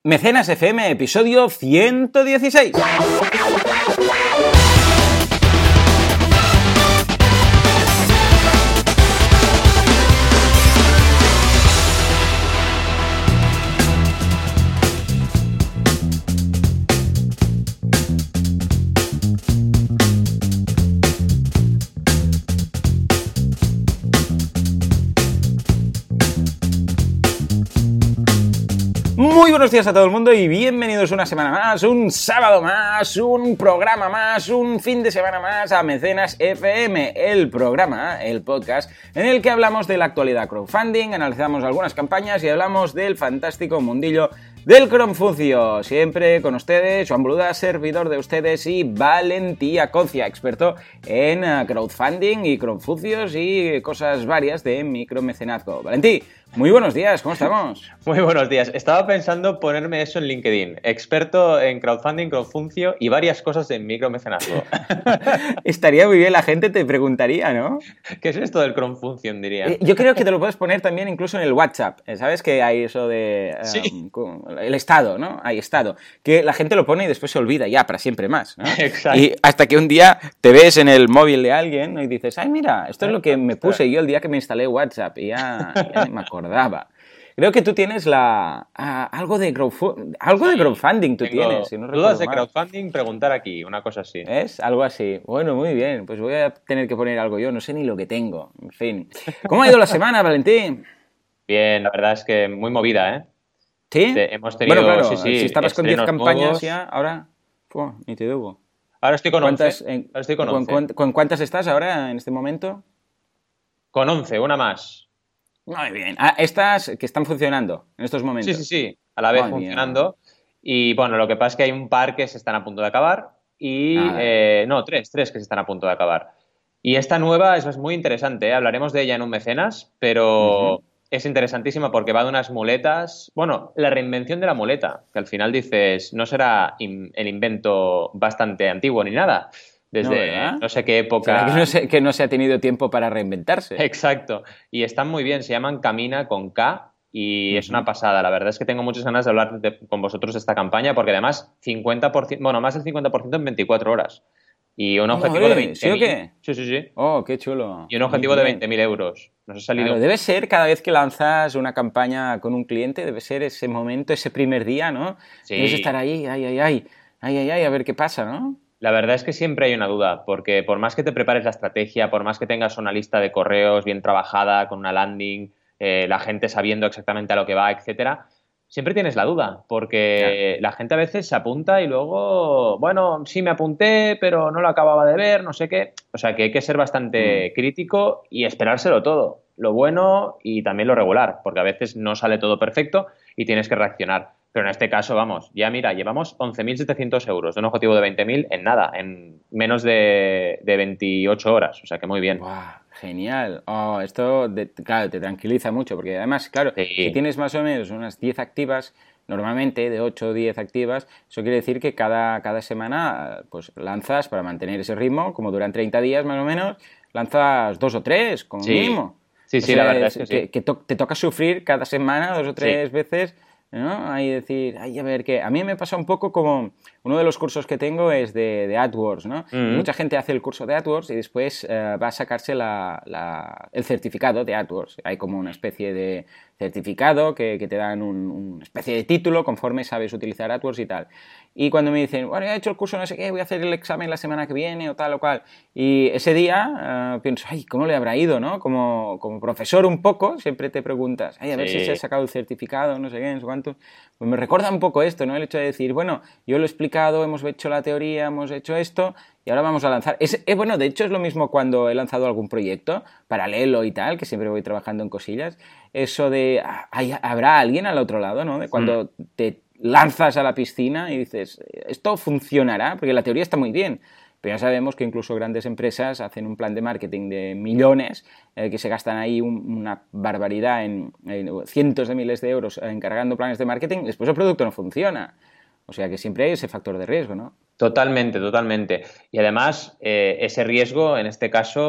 Mecenas FM, episodio 116. Muy buenos días a todo el mundo y bienvenidos una semana más, un sábado más, un programa más, un fin de semana más a Mecenas FM, el programa, el podcast en el que hablamos de la actualidad crowdfunding, analizamos algunas campañas y hablamos del fantástico mundillo del crowdfuncio. Siempre con ustedes, Joan Boluda, servidor de ustedes, y Valentí Aconcia, experto en crowdfunding y crowdfuncios y cosas varias de micromecenazgo. Valentí, muy buenos días, ¿cómo estamos? Muy buenos días. Estaba pensando ponerme eso en LinkedIn. Experto en crowdfunding, crowdfuncio y varias cosas de micromecenazgo. Estaría muy bien, la gente te preguntaría, ¿no? ¿Qué es esto del crowdfuncio, diría? Yo creo que te lo puedes poner también incluso en el WhatsApp. ¿Sabes que hay eso de... Sí. El estado, ¿no? Hay estado. Que la gente lo pone y después se olvida ya para siempre más, ¿no? Exacto. Y hasta que un día te ves en el móvil de alguien y dices, ay, mira, esto es lo que me puse yo el día que me instalé WhatsApp y ya me acordaba. Creo que tú tienes algo de crowdfunding, tú Tengo tienes. Si no dudas de mal. crowdfunding, preguntar aquí, una cosa así. ¿Es? Algo así. Bueno, muy bien. Pues voy a tener que poner algo yo. No sé ni lo que tengo. En fin. ¿Cómo ha ido la semana, Valentín? Bien, la verdad es que muy movida, ¿eh? ¿Sí? Hemos tenido, bueno, claro, sí, si estabas con 10 campañas nuevos. ya, ahora... ni te dubo. Ahora estoy con 11. ¿Cuántas, Ahora estoy con 11. ¿Con cuántas estás ahora en este momento? Con 11, una más. Muy bien. Estas que están funcionando en estos momentos. Sí. A la vez Madre funcionando. Mía. Y bueno, lo que pasa es que hay un par que se están a punto de acabar. Y tres que se están a punto de acabar. Y esta nueva es muy interesante, ¿eh? Hablaremos de ella en un mecenas, pero es interesantísima porque va de unas muletas. Bueno, la reinvención de la muleta, que al final dices, no será el invento bastante antiguo ni nada. Desde no sé qué época. ¿Será que no se ha tenido tiempo para reinventarse? Exacto. Y están muy bien, se llaman Camina con K y es una pasada. La verdad es que tengo muchas ganas de hablar con vosotros de esta campaña porque además 50%, bueno, más del 50% en 24 horas. Y un objetivo de 20.000. ¿Sí o qué? Sí. Oh, qué chulo. Y un objetivo de 20.000 euros. Nos ha salido... Claro, debe ser cada vez que lanzas una campaña con un cliente, debe ser ese momento, ese primer día, ¿no? Sí. Debes estar ahí, a ver qué pasa, ¿no? La verdad es que siempre hay una duda, porque por más que te prepares la estrategia, por más que tengas una lista de correos bien trabajada, con una landing, la gente sabiendo exactamente a lo que va, etcétera, siempre tienes la duda, porque la gente a veces se apunta y luego, bueno, sí me apunté, pero no lo acababa de ver, no sé qué. O sea que hay que ser bastante crítico y esperárselo todo, lo bueno y también lo regular, porque a veces no sale todo perfecto y tienes que reaccionar. Pero en este caso, vamos, ya mira, llevamos 11.700 euros de un objetivo de 20.000 en nada, en menos de 28 horas. O sea que muy bien. ¡Wow! Genial. Oh, esto, claro, te tranquiliza mucho, porque además, claro, si tienes más o menos unas 10 activas, normalmente de 8 o 10 activas, eso quiere decir que cada semana pues lanzas, para mantener ese ritmo, como duran 30 días más o menos, lanzas 2 o 3 como mínimo. Sí, la verdad es que sí. Que te toca sufrir cada semana 2 o 3 veces, ¿no? Ahí decir, ay, a ver qué. A mí me pasa un poco como uno de los cursos que tengo es de AdWords, ¿no? Mucha gente hace el curso de AdWords y después va a sacarse el certificado de AdWords. Hay como una especie de certificado que te dan una especie de título conforme sabes utilizar AdWords y tal. Y cuando me dicen, bueno, ya he hecho el curso no sé qué, voy a hacer el examen la semana que viene o tal o cual. Y ese día pienso, ay, ¿cómo le habrá ido, no? Como profesor un poco, siempre te preguntas, ay, a ver si se ha sacado el certificado, no sé qué, no sé cuántos. Pues me recuerda un poco esto, ¿no? El hecho de decir, bueno, yo lo he explicado, hemos hecho la teoría, hemos hecho esto y ahora vamos a lanzar. Bueno, de hecho es lo mismo cuando he lanzado algún proyecto paralelo y tal, que siempre voy trabajando en cosillas. Eso de, habrá alguien al otro lado, ¿no? De cuando te lanzas a la piscina y dices, esto funcionará, porque la teoría está muy bien, pero ya sabemos que incluso grandes empresas hacen un plan de marketing de millones, que se gastan ahí una barbaridad en cientos de miles de euros encargando planes de marketing, después el producto no funciona. O sea que siempre hay ese factor de riesgo, ¿no? Totalmente. Y además, ese riesgo, en este caso,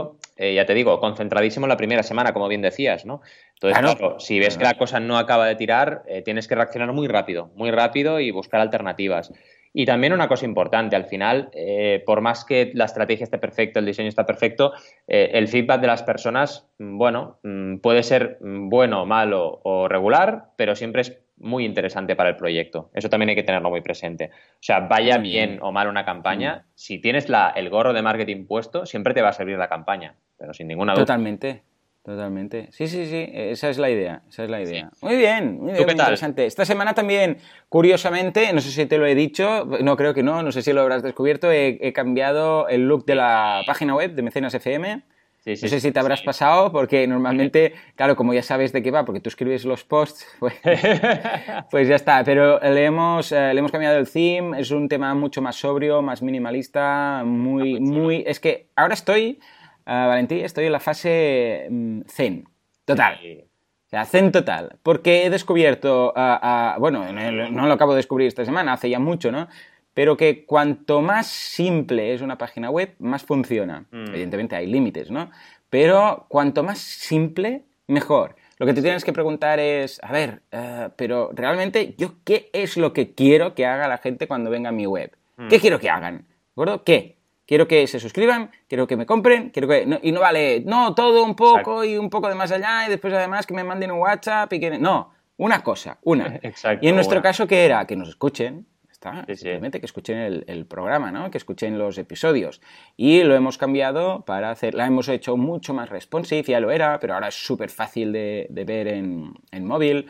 ya te digo, concentradísimo en la primera semana, como bien decías, ¿no? Entonces, claro, si ves que la cosa no acaba de tirar, tienes que reaccionar muy rápido y buscar alternativas. Y también una cosa importante, al final, por más que la estrategia esté perfecta, el diseño está perfecto, el feedback de las personas, bueno, puede ser bueno, malo o regular, pero siempre es muy interesante para el proyecto. Eso también hay que tenerlo muy presente. O sea, vaya bien o mal una campaña, si tienes el gorro de marketing puesto, siempre te va a servir la campaña, pero sin ninguna duda. Totalmente. Sí, esa es la idea, Sí. Muy bien, ¿Tú muy qué tal? interesante. Esta semana también, curiosamente, no sé si te lo he dicho, no creo que no sé si lo habrás descubierto, he cambiado el look de la página web de Mecenas FM. No sé si te habrás pasado, porque normalmente, claro, como ya sabes de qué va, porque tú escribes los posts, pues ya está. Pero le hemos cambiado el theme, es un tema mucho más sobrio, más minimalista, muy... Es que ahora Valentí, estoy en la fase zen, total. Sí. O sea, zen total. Porque he descubierto, bueno, no lo acabo de descubrir esta semana, hace ya mucho, ¿no? Pero que cuanto más simple es una página web, más funciona. Evidentemente hay límites, ¿no? Pero cuanto más simple, mejor. Lo que te tienes que preguntar es, a ver, pero realmente yo qué es lo que quiero que haga la gente cuando venga a mi web. ¿Qué quiero que hagan? ¿De acuerdo? ¿Qué? Quiero que se suscriban, quiero que me compren, y no vale, no, todo un poco. Exacto. Y un poco de más allá y después además que me manden un WhatsApp y que... No, una cosa, una. Exacto, y en nuestro caso, ¿qué era? Que nos escuchen. Simplemente que escuchen el programa, ¿no? Que escuchen los episodios. Y lo hemos cambiado para la hemos hecho mucho más responsive, ya lo era, pero ahora es súper fácil de ver en móvil.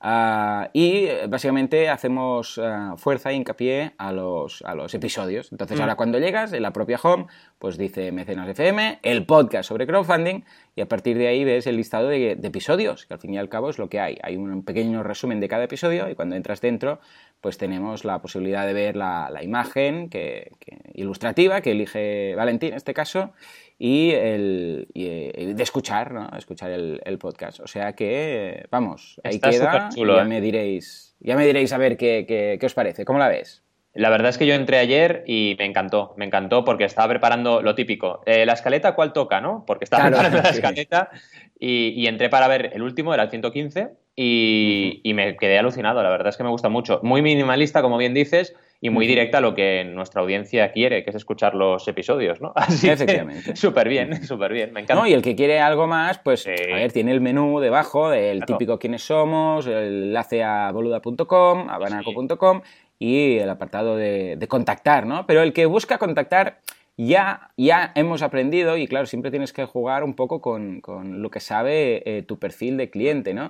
Y básicamente hacemos fuerza e hincapié a los episodios. Entonces ahora cuando llegas, en la propia home, pues dice Mecenas FM, el podcast sobre crowdfunding, y a partir de ahí ves el listado de episodios, que al fin y al cabo es lo que hay. Hay un pequeño resumen de cada episodio y cuando entras dentro, pues tenemos la posibilidad de ver la imagen ilustrativa que elige Valentín en este caso y de escuchar, ¿no? Escuchar el podcast. O sea que, vamos, ahí está queda chulo, y ya me diréis a ver qué os parece. ¿Cómo la ves? La verdad es que yo entré ayer y me encantó porque estaba preparando lo típico. La escaleta, ¿cuál toca, no? Porque estaba preparando la escaleta y entré para ver el último, era el 115, y me quedé alucinado. La verdad es que me gusta mucho. Muy minimalista, como bien dices, y muy directa a lo que nuestra audiencia quiere, que es escuchar los episodios, ¿no? Así que súper bien, me encanta. No, y el que quiere algo más, pues, a ver, tiene el menú debajo, el típico quiénes somos, el enlace a boluda.com, a banaco.com, y el apartado de contactar, ¿no? Pero el que busca contactar ya hemos aprendido, y claro, siempre tienes que jugar un poco con lo que sabe tu perfil de cliente, ¿no?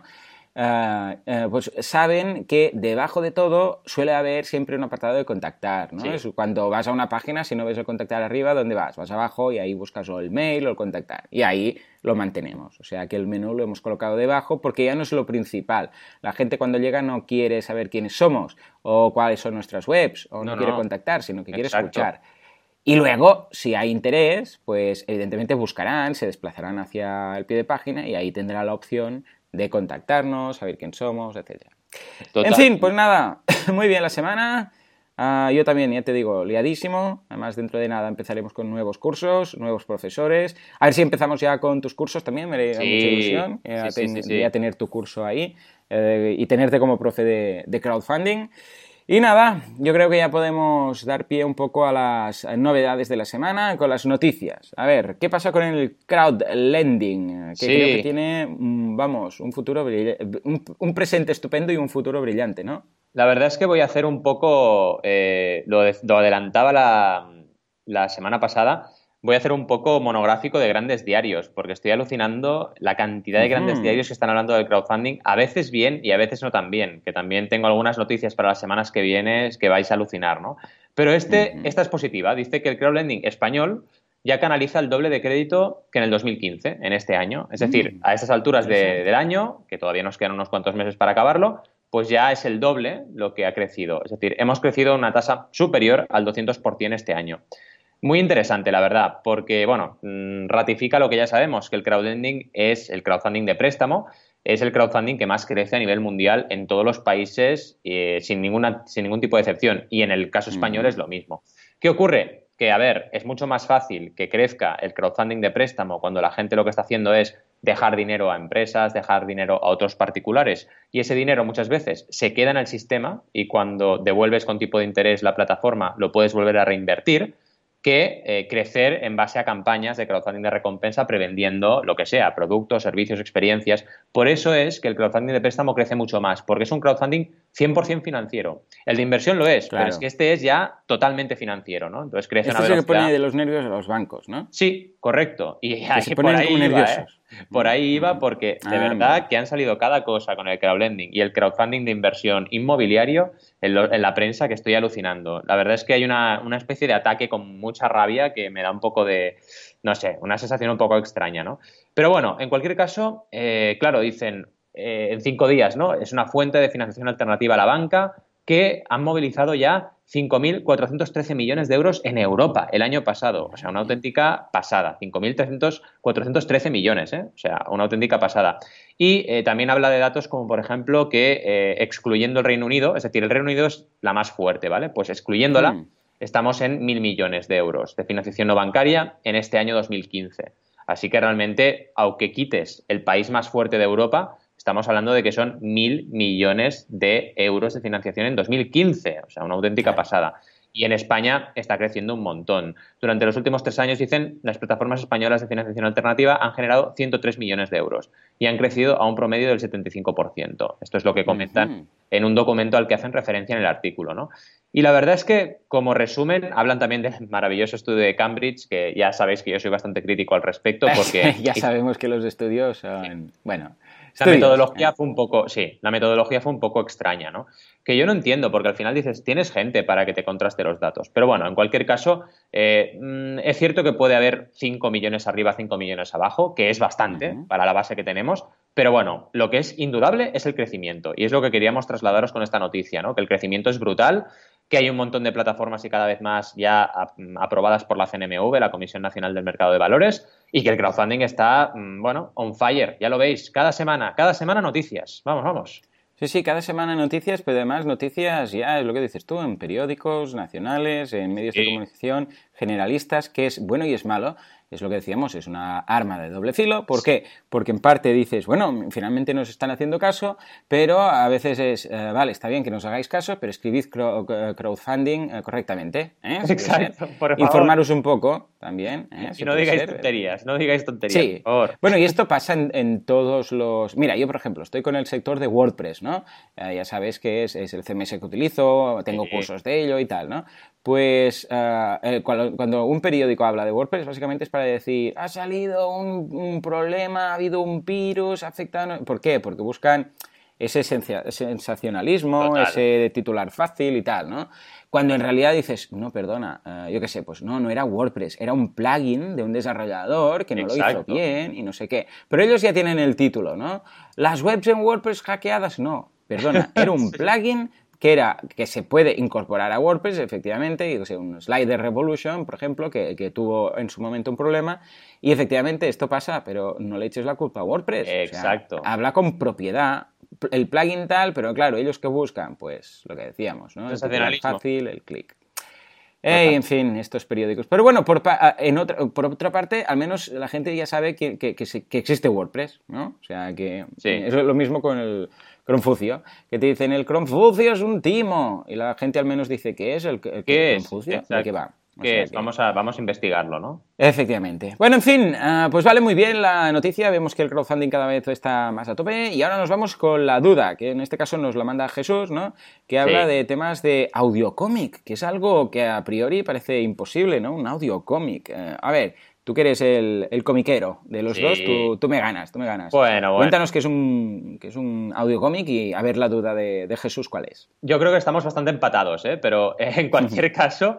Pues saben que debajo de todo suele haber siempre un apartado de contactar, ¿no? Es cuando vas a una página, si no ves el contactar arriba, ¿dónde vas? Vas abajo y ahí buscas o el mail o el contactar, y ahí lo mantenemos. O sea que el menú lo hemos colocado debajo porque ya no es lo principal. La gente cuando llega no quiere saber quiénes somos o cuáles son nuestras webs o no quiere contactar, sino que quiere escuchar. Y luego, si hay interés, pues evidentemente buscarán, se desplazarán hacia el pie de página y ahí tendrá la opción de contactarnos, saber quién somos, etc. En fin, pues nada, muy bien la semana. Yo también, ya te digo, liadísimo. Además, dentro de nada empezaremos con nuevos cursos, nuevos profesores. A ver si empezamos ya con tus cursos también, me da mucha ilusión. Voy a tener tu curso ahí y tenerte como profe de crowdfunding. Y nada, yo creo que ya podemos dar pie un poco a las novedades de la semana con las noticias. A ver, ¿qué pasa con el crowdlending? Que creo que tiene, vamos, un futuro un presente estupendo y un futuro brillante, ¿no? La verdad es que voy a hacer un poco, lo adelantaba la semana pasada, voy a hacer un poco monográfico de grandes diarios, porque estoy alucinando la cantidad de grandes diarios que están hablando del crowdfunding, a veces bien y a veces no tan bien, que también tengo algunas noticias para las semanas que vienen que vais a alucinar, ¿no? Pero esta es positiva, dice que el crowdlending español ya canaliza el doble de crédito que en el 2015, en este año. Es decir, a estas alturas del año, que todavía nos quedan unos cuantos meses para acabarlo, pues ya es el doble lo que ha crecido. Es decir, hemos crecido a una tasa superior al 200% este año. Muy interesante, la verdad, porque, bueno, ratifica lo que ya sabemos, que el crowdlending es el crowdfunding de préstamo, es el crowdfunding que más crece a nivel mundial en todos los países sin ningún tipo de excepción. Y en el caso español es lo mismo. ¿Qué ocurre? que, a ver, es mucho más fácil que crezca el crowdfunding de préstamo cuando la gente lo que está haciendo es dejar dinero a empresas, dejar dinero a otros particulares, y ese dinero muchas veces se queda en el sistema y cuando devuelves con tipo de interés la plataforma lo puedes volver a reinvertir, que crecer en base a campañas de crowdfunding de recompensa prevendiendo lo que sea, productos, servicios, experiencias. Por eso es que el crowdfunding de préstamo crece mucho más, porque es un crowdfunding 100% financiero. El de inversión lo es, Claro. pero es que este es ya totalmente financiero, ¿no? Entonces crece Este una es el que velocidad. pone de los nervios a los bancos, ¿no? Sí, correcto. Y Que se por ponen ahí como iba, nerviosos. Por ahí iba porque de verdad mira. que han salido cada cosa con el crowdlending y el crowdfunding de inversión inmobiliario en la prensa que estoy alucinando. La verdad es que hay una especie de ataque con mucha rabia que me da un poco de, no sé, una sensación un poco extraña, ¿no? Pero bueno, en cualquier caso, claro, dicen en 5 días, ¿no? Es una fuente de financiación alternativa a la banca que han movilizado ya 5.413 millones de euros en Europa el año pasado. O sea, una auténtica pasada. 5.413 millones, ¿eh? O sea, una auténtica pasada. Y también habla de datos como, por ejemplo, que excluyendo el Reino Unido, es decir, el Reino Unido es la más fuerte, ¿vale? Pues excluyéndola, estamos en 1.000 millones de euros de financiación no bancaria en este año 2015. Así que realmente, aunque quites el país más fuerte de Europa, estamos hablando de que son 1.000 millones de euros de financiación en 2015, o sea, una auténtica pasada. Y en España está creciendo un montón. Durante los últimos 3 años, dicen, las plataformas españolas de financiación alternativa han generado 103 millones de euros y han crecido a un promedio del 75%. Esto es lo que comentan en un documento al que hacen referencia en el artículo, ¿no? Y la verdad es que, como resumen, hablan también del maravilloso estudio de Cambridge, que ya sabéis que yo soy bastante crítico al respecto porque... Ya sabemos que los estudios son... Bueno... La metodología fue un poco, sí, la metodología fue un poco extraña, ¿no? Que yo no entiendo, porque al final dices, tienes gente para que te contraste los datos. Pero bueno, en cualquier caso, es cierto que puede haber 5 millones arriba, 5 millones abajo, que es bastante para la base que tenemos. Pero bueno, lo que es indudable es el crecimiento. Y es lo que queríamos trasladaros con esta noticia, ¿no? Que el crecimiento es brutal, que hay un montón de plataformas y cada vez más ya aprobadas por la CNMV, la Comisión Nacional del Mercado de Valores, y que el crowdfunding está, bueno, on fire, ya lo veis, cada semana noticias. Vamos. Sí, cada semana noticias, pero además noticias ya, es lo que dices tú, en periódicos nacionales, en medios de comunicación generalistas, que es bueno y es malo. Es lo que decíamos, es una arma de doble filo. ¿Por qué? Porque en parte dices, bueno, finalmente nos están haciendo caso, pero a veces es, vale, está bien que nos hagáis caso, pero escribid crowdfunding correctamente. Exacto, por favor. Informaros un poco también. Y no digáis tonterías, sí. por favor. Bueno, y esto pasa en todos los... Mira, yo, por ejemplo, estoy con el sector de WordPress, ¿no? Ya sabes que es el CMS que utilizo, tengo cursos de ello y tal, ¿no? Pues cuando un periódico habla de WordPress, básicamente es para decir, ha salido un problema, ha habido un virus, ha afectado... ¿Por qué? Porque buscan ese sensacionalismo, Total. ese titular fácil y tal, ¿no? Cuando en realidad dices, no, perdona, yo qué sé, pues no era WordPress, era un plugin de un desarrollador que no lo hizo bien y no sé qué. Pero ellos ya tienen el título, ¿no? Las webs en WordPress hackeadas, no, perdona, era un plugin que se puede incorporar a WordPress, efectivamente, y, o sea, un Slider Revolution, por ejemplo, que tuvo en su momento un problema, y efectivamente esto pasa, pero no le eches la culpa a WordPress. Exacto. O sea, habla con propiedad. El plugin tal, pero claro, ¿ellos qué buscan? Pues lo que decíamos, ¿no? El titular fácil, el clic. En fin, estos periódicos. Pero bueno, por otra parte, al menos la gente ya sabe que existe WordPress, ¿no? O sea, que es lo mismo con el Confucio, que te dicen, el Confucio es un timo, y la gente al menos dice, ¿qué es el Confucio? ¿De qué va? ¿Qué es? Vamos a investigarlo, ¿no? Efectivamente. Bueno, en fin, pues vale muy bien la noticia. Vemos que el crowdfunding cada vez está más a tope. Y ahora nos vamos con la duda, que en este caso nos la manda Jesús, ¿no? Que habla de temas de audiocómic, que es algo que a priori parece imposible, ¿no? Un audiocómic. A ver, tú que eres el comiquero de los dos, tú me ganas. Bueno. Cuéntanos qué es un audiocómic y a ver la duda de Jesús cuál es. Yo creo que estamos bastante empatados, pero en cualquier caso...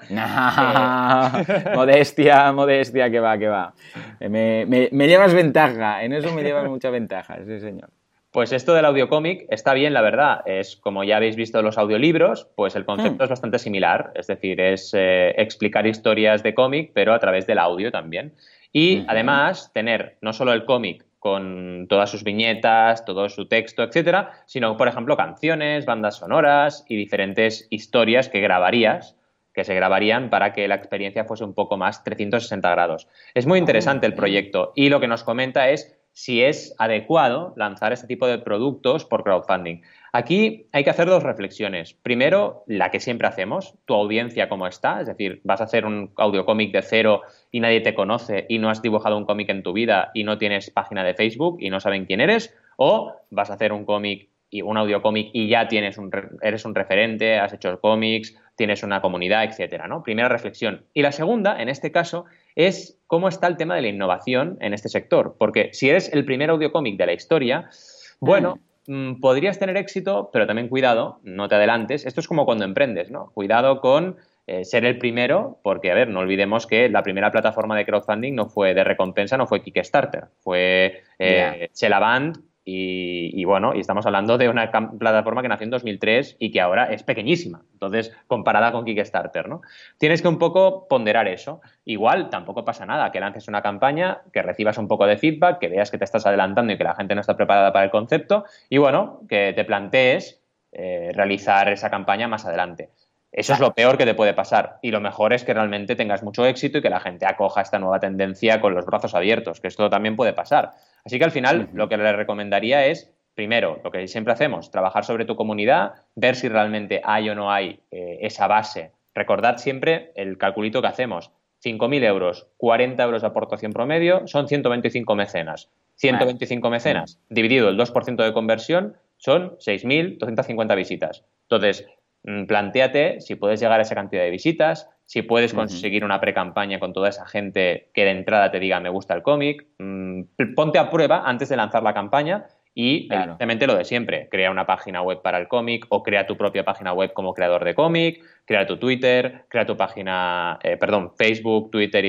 Modestia, que va. Me llevas ventaja, en eso me llevas mucha ventaja, sí señor. Pues esto del audiocómic está bien, la verdad. Es como ya habéis visto los audiolibros, pues el concepto es bastante similar. Es decir, es explicar historias de cómic, pero a través del audio también. Y además tener no solo el cómic con todas sus viñetas, todo su texto, etcétera, sino, por ejemplo, canciones, bandas sonoras y diferentes historias que grabarías que se grabarían para que la experiencia fuese un poco más 360 grados. Es muy interesante el proyecto y lo que nos comenta es si es adecuado lanzar este tipo de productos por crowdfunding. Aquí hay que hacer dos reflexiones. Primero, la que siempre hacemos, tu audiencia cómo está, es decir, vas a hacer un audiocómic de cero y nadie te conoce y no has dibujado un cómic en tu vida y no tienes página de Facebook y no saben quién eres, o vas a hacer un cómic y un audiocómic y ya eres un referente, has hecho cómics, tienes una comunidad, etcétera, ¿no? Primera reflexión. Y la segunda, en este caso, es cómo está el tema de la innovación en este sector. Porque si eres el primer audiocómic de la historia, bueno, podrías tener éxito, pero también cuidado, no te adelantes. Esto es como cuando emprendes, ¿no? Cuidado con ser el primero, porque, a ver, no olvidemos que la primera plataforma de crowdfunding no fue de recompensa, no fue Kickstarter, fue Celaband. Y bueno, y estamos hablando de una plataforma que nació en 2003 y que ahora es pequeñísima, entonces comparada con Kickstarter, ¿no? Tienes que un poco ponderar eso. Igual tampoco pasa nada que lances una campaña, que recibas un poco de feedback, que veas que te estás adelantando y que la gente no está preparada para el concepto y bueno, que te plantees realizar esa campaña más adelante. Eso es lo peor que te puede pasar y lo mejor es que realmente tengas mucho éxito y que la gente acoja esta nueva tendencia con los brazos abiertos, que esto también puede pasar. Así que al final lo que le recomendaría es, primero, lo que siempre hacemos, trabajar sobre tu comunidad, ver si realmente hay o no hay esa base. Recordad siempre el calculito que hacemos. 5.000 euros, 40 euros de aportación promedio, son 125 mecenas. 125 mecenas dividido el 2% de conversión son 6.250 visitas. Entonces, plantéate si puedes llegar a esa cantidad de visitas, si puedes conseguir una pre-campaña con toda esa gente que de entrada te diga me gusta el cómic, ponte a prueba antes de lanzar la campaña y evidentemente lo de siempre, crea una página web para el cómic o crea tu propia página web como creador de cómic, crea tu Twitter, crea tu página, Facebook, Twitter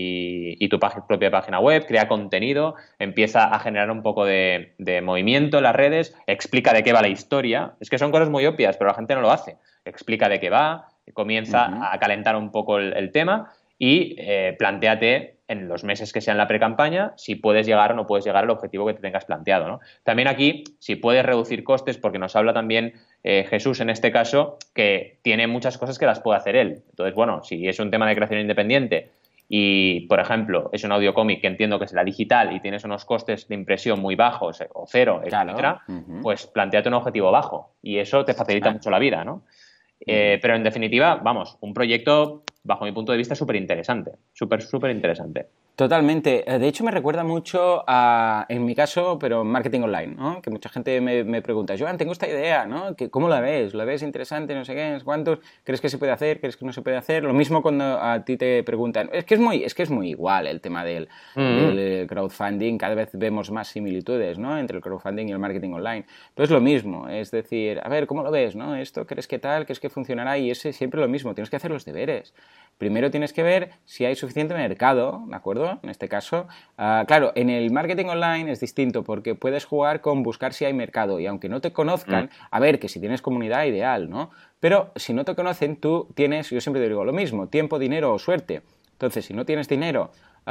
y tu propia página web, crea contenido, empieza a generar un poco de movimiento en las redes, explica de qué va la historia, es que son cosas muy obvias, pero la gente no lo hace, explica de qué va, comienza a calentar un poco el tema y plantéate en los meses que sean la pre-campaña si puedes llegar o no puedes llegar al objetivo que te tengas planteado, ¿no? También aquí, si puedes reducir costes, porque nos habla también Jesús en este caso, que tiene muchas cosas que las puede hacer él. Entonces, bueno, si es un tema de creación independiente y, por ejemplo, es un audiocómic que entiendo que será digital y tienes unos costes de impresión muy bajos o cero, etcétera, pues plantéate un objetivo bajo y eso te facilita mucho la vida, ¿no? Pero en definitiva, vamos, un proyecto, bajo mi punto de vista, súper interesante. Súper interesante. Totalmente. De hecho, me recuerda mucho a, en mi caso, pero marketing online, ¿no? Que mucha gente me pregunta, Joan, tengo esta idea, ¿no? ¿Cómo la ves? ¿La ves interesante? No sé qué, no sé cuántos. ¿Crees que se puede hacer? ¿Crees que no se puede hacer? Lo mismo cuando a ti te preguntan. Es que es muy igual el tema del crowdfunding. Cada vez vemos más similitudes, ¿no? Entre el crowdfunding y el marketing online. Pero es lo mismo. Es decir, a ver, ¿cómo lo ves, no? ¿Esto crees que tal? ¿Crees que funcionará? Y es siempre lo mismo. Tienes que hacer los deberes. Primero tienes que ver si hay suficiente mercado, ¿de acuerdo? En este caso, claro, en el marketing online es distinto porque puedes jugar con buscar si hay mercado y aunque no te conozcan, a ver, que si tienes comunidad, ideal, ¿no? Pero si no te conocen, tú tienes, yo siempre te digo lo mismo, tiempo, dinero o suerte. Entonces, si no tienes dinero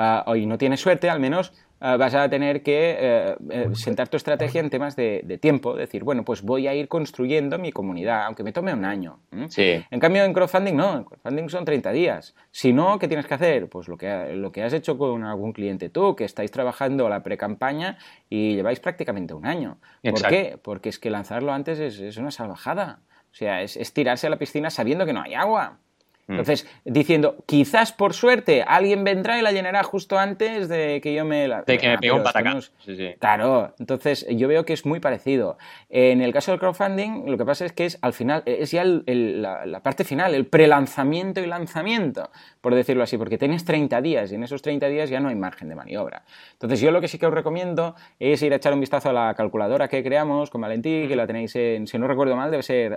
y no tienes suerte, al menos vas a tener que sentar tu estrategia en temas de tiempo, decir, bueno, pues voy a ir construyendo mi comunidad, aunque me tome un año. Sí. En cambio, en crowdfunding no, en crowdfunding son 30 días. Si no, ¿qué tienes que hacer? Pues lo que has hecho con algún cliente tú, que estáis trabajando la pre-campaña y lleváis prácticamente un año. Exacto. ¿Por qué? Porque es que lanzarlo antes es una salvajada. O sea, es tirarse a la piscina sabiendo que no hay agua. Entonces, diciendo, quizás por suerte alguien vendrá y la llenará justo antes de que yo me la... De que me pegue un patacán. Sí. Claro, entonces yo veo que es muy parecido. En el caso del crowdfunding, lo que pasa es que es al final, es ya la parte final, el prelanzamiento y lanzamiento, por decirlo así, porque tienes 30 días y en esos 30 días ya no hay margen de maniobra. Entonces, yo lo que sí que os recomiendo es ir a echar un vistazo a la calculadora que creamos con Valentí, que la tenéis en, si no recuerdo mal, debe ser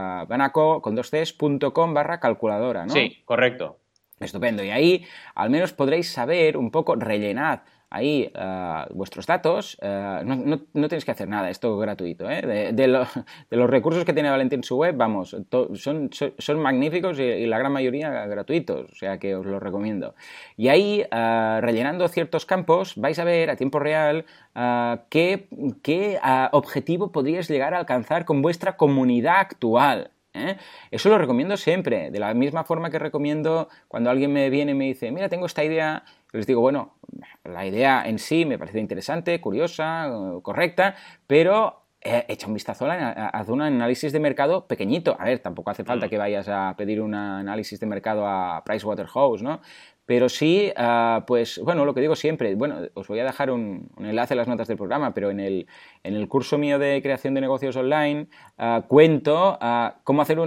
banaco.com/calculadora. ¿no? Sí, correcto. Estupendo. Y ahí al menos podréis saber un poco, rellenad ahí vuestros datos. No tenéis que hacer nada, esto es gratuito. De los recursos que tiene Valentín en su web, vamos, son magníficos y la gran mayoría gratuitos, o sea que os los recomiendo. Y ahí, rellenando ciertos campos, vais a ver a tiempo real qué objetivo podríais llegar a alcanzar con vuestra comunidad actual. ¿eh? Eso lo recomiendo siempre, de la misma forma que recomiendo cuando alguien me viene y me dice, mira, tengo esta idea, les digo, bueno, la idea en sí me parece interesante, curiosa, correcta, pero echa un vistazo, haz un análisis de mercado pequeñito. A ver, tampoco hace falta que vayas a pedir un análisis de mercado a Pricewaterhouse, ¿no? Pero sí, pues, bueno, lo que digo siempre, bueno, os voy a dejar un enlace en las notas del programa, pero en el curso mío de creación de negocios online cuento cómo hacer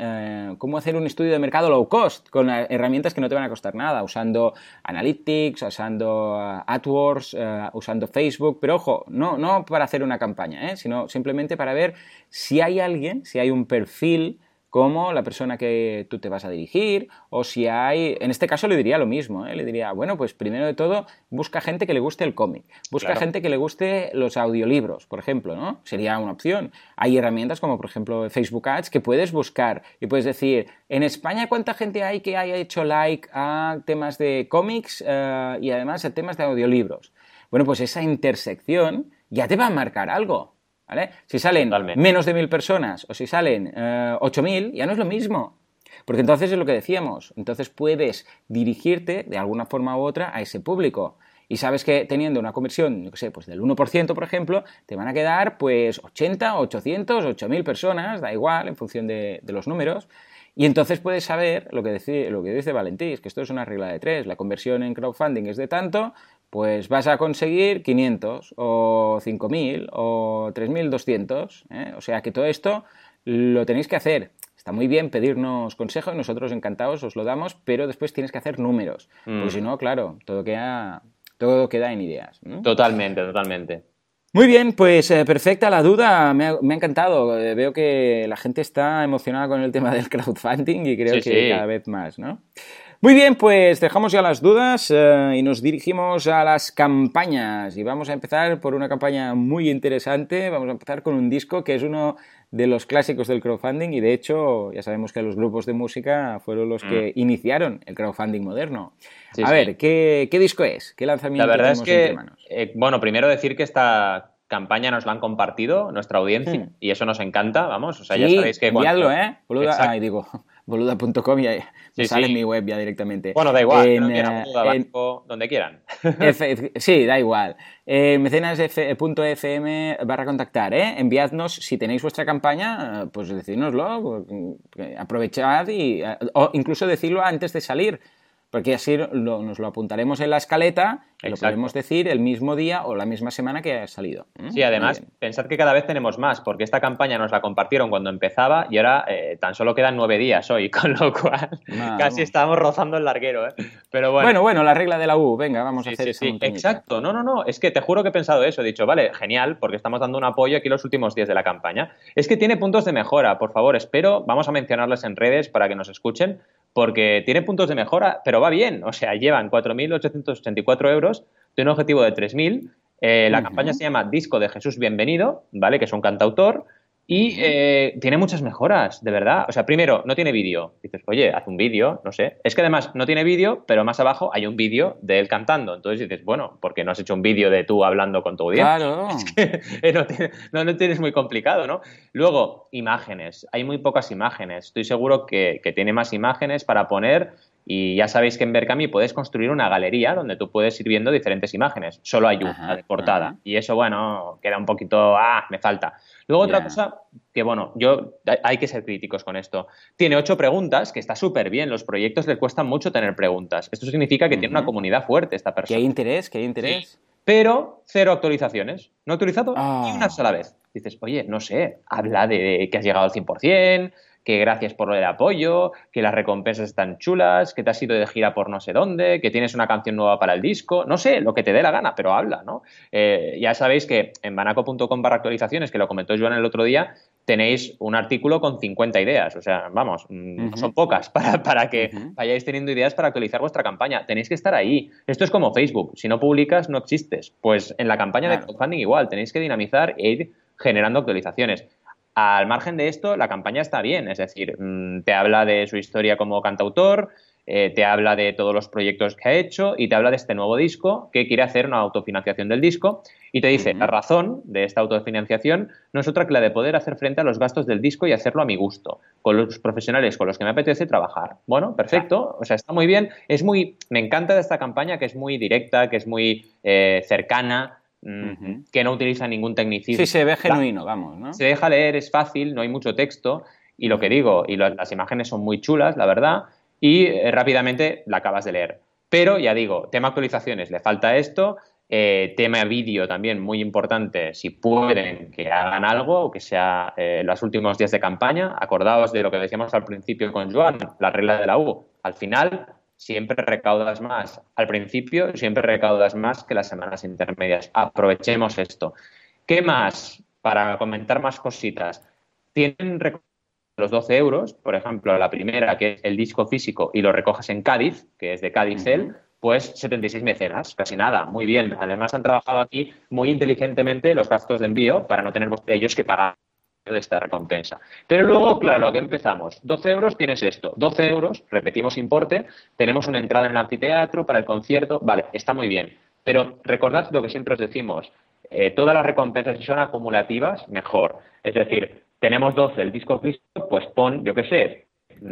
un estudio de mercado low cost, con herramientas que no te van a costar nada, usando Analytics, usando AdWords, usando Facebook, pero ojo, no para hacer una campaña, sino simplemente para ver si hay alguien, si hay un perfil como la persona que tú te vas a dirigir, o si hay, en este caso le diría lo mismo, le diría, bueno, pues primero de todo, busca gente que le guste el cómic, busca gente que le guste los audiolibros, por ejemplo, ¿no? Sería una opción. Hay herramientas como, por ejemplo, Facebook Ads que puedes buscar y puedes decir, en España, ¿cuánta gente hay que haya hecho like a temas de cómics y además a temas de audiolibros? Bueno, pues esa intersección ya te va a marcar algo. ¿Vale? Si salen menos de 1.000 personas o si salen 8.000, ya no es lo mismo. Porque entonces es lo que decíamos. Entonces puedes dirigirte de alguna forma u otra a ese público. Y sabes que teniendo una conversión, yo qué sé, pues del 1%, por ejemplo, te van a quedar pues 80, 800, 8.000 personas, da igual, en función de los números. Y entonces puedes saber lo que dice Valentí, es que esto es una regla de 3. La conversión en crowdfunding es de tanto, pues vas a conseguir 500 o 5.000 o 3.200. O sea que todo esto lo tenéis que hacer. Está muy bien pedirnos consejos, nosotros encantados os lo damos, pero después tienes que hacer números. Porque si no, claro, todo queda en ideas. Totalmente. Muy bien, pues perfecta la duda, me ha encantado. Veo que la gente está emocionada con el tema del crowdfunding y creo que cada vez más, ¿no? Muy bien, pues dejamos ya las dudas y nos dirigimos a las campañas. Y vamos a empezar por una campaña muy interesante. Vamos a empezar con un disco que es uno de los clásicos del crowdfunding y de hecho ya sabemos que los grupos de música fueron los que iniciaron el crowdfunding moderno. A ver, ¿qué disco es? ¿Qué lanzamiento tenemos entre manos? Bueno, primero decir que esta campaña nos la han compartido nuestra audiencia y eso nos encanta, vamos. O sea, ya sabéis que enviadlo, boluda.com y me sale en mi web ya directamente. Bueno, da igual, banco, donde quieran. Sí, da igual. mecenas.fm/contactar, enviadnos, si tenéis vuestra campaña, pues decídnoslo, aprovechad o incluso decirlo antes de salir. Porque así nos lo apuntaremos en la escaleta y lo podemos decir el mismo día o la misma semana que haya salido. Sí, además, pensad que cada vez tenemos más, porque esta campaña nos la compartieron cuando empezaba y ahora tan solo quedan 9 días hoy, con lo cual casi estamos rozando el larguero. Pero bueno, la regla de la U, venga, vamos a hacer esa montañita. Exacto, no, es que te juro que he pensado eso, he dicho, vale, genial, porque estamos dando un apoyo aquí los últimos días de la campaña. Es que tiene puntos de mejora, por favor, vamos a mencionarlas en redes para que nos escuchen, porque tiene puntos de mejora, pero va bien. O sea, llevan 4.884 euros de un objetivo de 3.000. La campaña se llama Disco de Jesús Bienvenido, ¿vale? Que es un cantautor. Y tiene muchas mejoras, de verdad. O sea, primero, no tiene vídeo. Dices, oye, haz un vídeo, no sé. Es que además no tiene vídeo, pero más abajo hay un vídeo de él cantando. Entonces dices, bueno, ¿por qué no has hecho un vídeo de tú hablando con tu audiencia? Claro. Es que no tienes muy complicado, ¿no? Luego, imágenes. Hay muy pocas imágenes. Estoy seguro que tiene más imágenes para poner. Y ya sabéis que en Berkami puedes construir una galería donde tú puedes ir viendo diferentes imágenes. Solo hay una de portada. Y eso, bueno, queda un poquito... me falta. Luego otra cosa que, bueno, hay que ser críticos con esto. Tiene 8 preguntas, que está súper bien. Los proyectos les cuestan mucho tener preguntas. Esto significa que tiene una comunidad fuerte esta persona. ¿Qué interés? Sí. Pero 0 actualizaciones. No he actualizado ni una sola vez. Dices, oye, no sé, habla de que has llegado al 100%, que gracias por el apoyo, que las recompensas están chulas, que te has ido de gira por no sé dónde, que tienes una canción nueva para el disco, no sé, lo que te dé la gana, pero habla, ¿no? Ya sabéis que en banaco.com/actualizaciones, que lo comentó Joan el otro día, tenéis un artículo con 50 ideas, o sea, vamos, no son pocas para que vayáis teniendo ideas para actualizar vuestra campaña. Tenéis que estar ahí. Esto es como Facebook, si no publicas no existes. Pues en la campaña de crowdfunding igual, tenéis que dinamizar e ir generando actualizaciones. Al margen de esto, la campaña está bien, es decir, te habla de su historia como cantautor, te habla de todos los proyectos que ha hecho y te habla de este nuevo disco que quiere hacer una autofinanciación del disco y te dice, la razón de esta autofinanciación no es otra que la de poder hacer frente a los gastos del disco y hacerlo a mi gusto, con los profesionales con los que me apetece trabajar. Bueno, perfecto, o sea, está muy bien, me encanta de esta campaña que es muy directa, que es muy cercana, que no utiliza ningún tecnicismo. Sí, se ve genuino, vamos, ¿no? Se deja leer, es fácil, no hay mucho texto y lo que digo, y las imágenes son muy chulas, la verdad, y rápidamente la acabas de leer. Pero, ya digo, tema actualizaciones, le falta esto, tema vídeo también muy importante, si pueden que hagan algo, o que sea los últimos días de campaña, acordaos de lo que decíamos al principio con Joan, la regla de la U, al final siempre recaudas más, al principio siempre recaudas más que las semanas intermedias, aprovechemos esto. ¿Qué más? Para comentar más cositas, tienen los 12 euros, por ejemplo, la primera, que es el disco físico, y lo recoges en Cádiz, que es de Cádicel, pues 76 mecenas, casi nada, muy bien. Además, han trabajado aquí muy inteligentemente los gastos de envío para no tener ellos que pagar de esta recompensa. Pero luego, claro, aquí empezamos. 12 euros tienes esto. 12 euros, repetimos importe, tenemos una entrada en el anfiteatro para el concierto. Vale, está muy bien. Pero recordad lo que siempre os decimos. Todas las recompensas, si son acumulativas, mejor. Es decir, tenemos 12 el disco físico, pues pon, yo qué sé,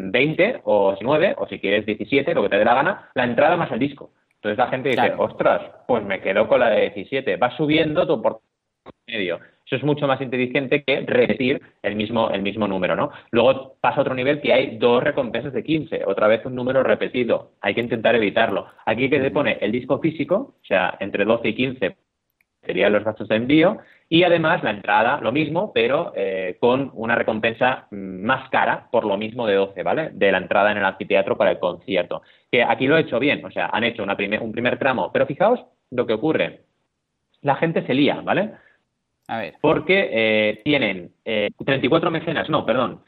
20 o 19, o si quieres 17, lo que te dé la gana, la entrada más el disco. Entonces la gente dice, claro, ostras, pues me quedo con la de 17. Va subiendo tu porcentaje medio. Eso es mucho más inteligente que repetir el mismo número, ¿no? Luego pasa a otro nivel que hay 2 recompensas de 15, otra vez un número repetido. Hay que intentar evitarlo. Aquí que te pone el disco físico, o sea, entre 12 y 15 serían los gastos de envío, y además la entrada, lo mismo, pero con una recompensa más cara por lo mismo de 12, ¿vale? De la entrada en el anfiteatro para el concierto. Que aquí lo he hecho bien, o sea, han hecho un primer tramo, pero fijaos lo que ocurre. La gente se lía, ¿vale? A ver. Porque tienen 34 mecenas, no, perdón.